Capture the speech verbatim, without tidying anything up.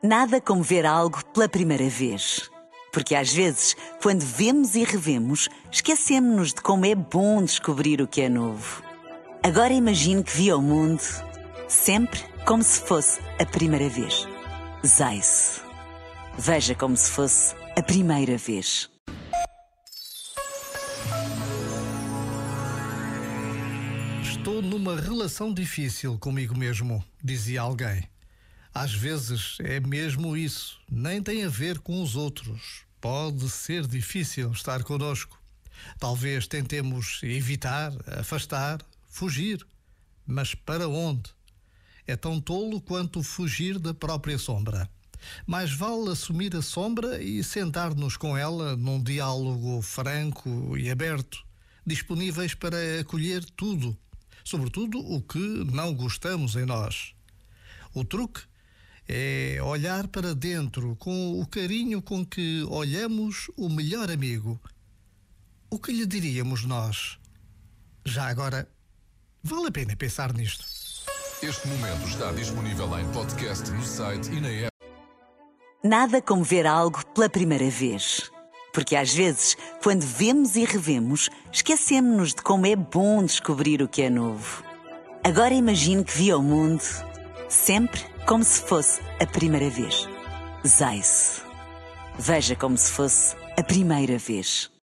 Nada como ver algo pela primeira vez. Porque às vezes, quando vemos e revemos, esquecemos-nos de como é bom descobrir o que é novo. Agora imagine que viu o mundo sempre como se fosse a primeira vez. Zais. Veja como se fosse a primeira vez. Estou numa relação difícil comigo mesmo, dizia alguém. Às vezes é mesmo isso, nem tem a ver com os outros. Pode ser difícil estar connosco. Talvez tentemos evitar, afastar, fugir. Mas para onde? É tão tolo quanto fugir da própria sombra. Mais vale assumir a sombra e sentar-nos com ela num diálogo franco e aberto, disponíveis para acolher tudo, sobretudo o que não gostamos em nós. O truque é olhar para dentro com o carinho com que olhamos o melhor amigo. O que lhe diríamos nós? Já agora, vale a pena pensar nisto. Este momento está disponível em podcast no site e na app. Nada como ver algo pela primeira vez. Porque às vezes, quando vemos e revemos, esquecemos-nos de como é bom descobrir o que é novo. Agora imagine que viu o mundo sempre como se fosse a primeira vez. Zais. Veja como se fosse a primeira vez.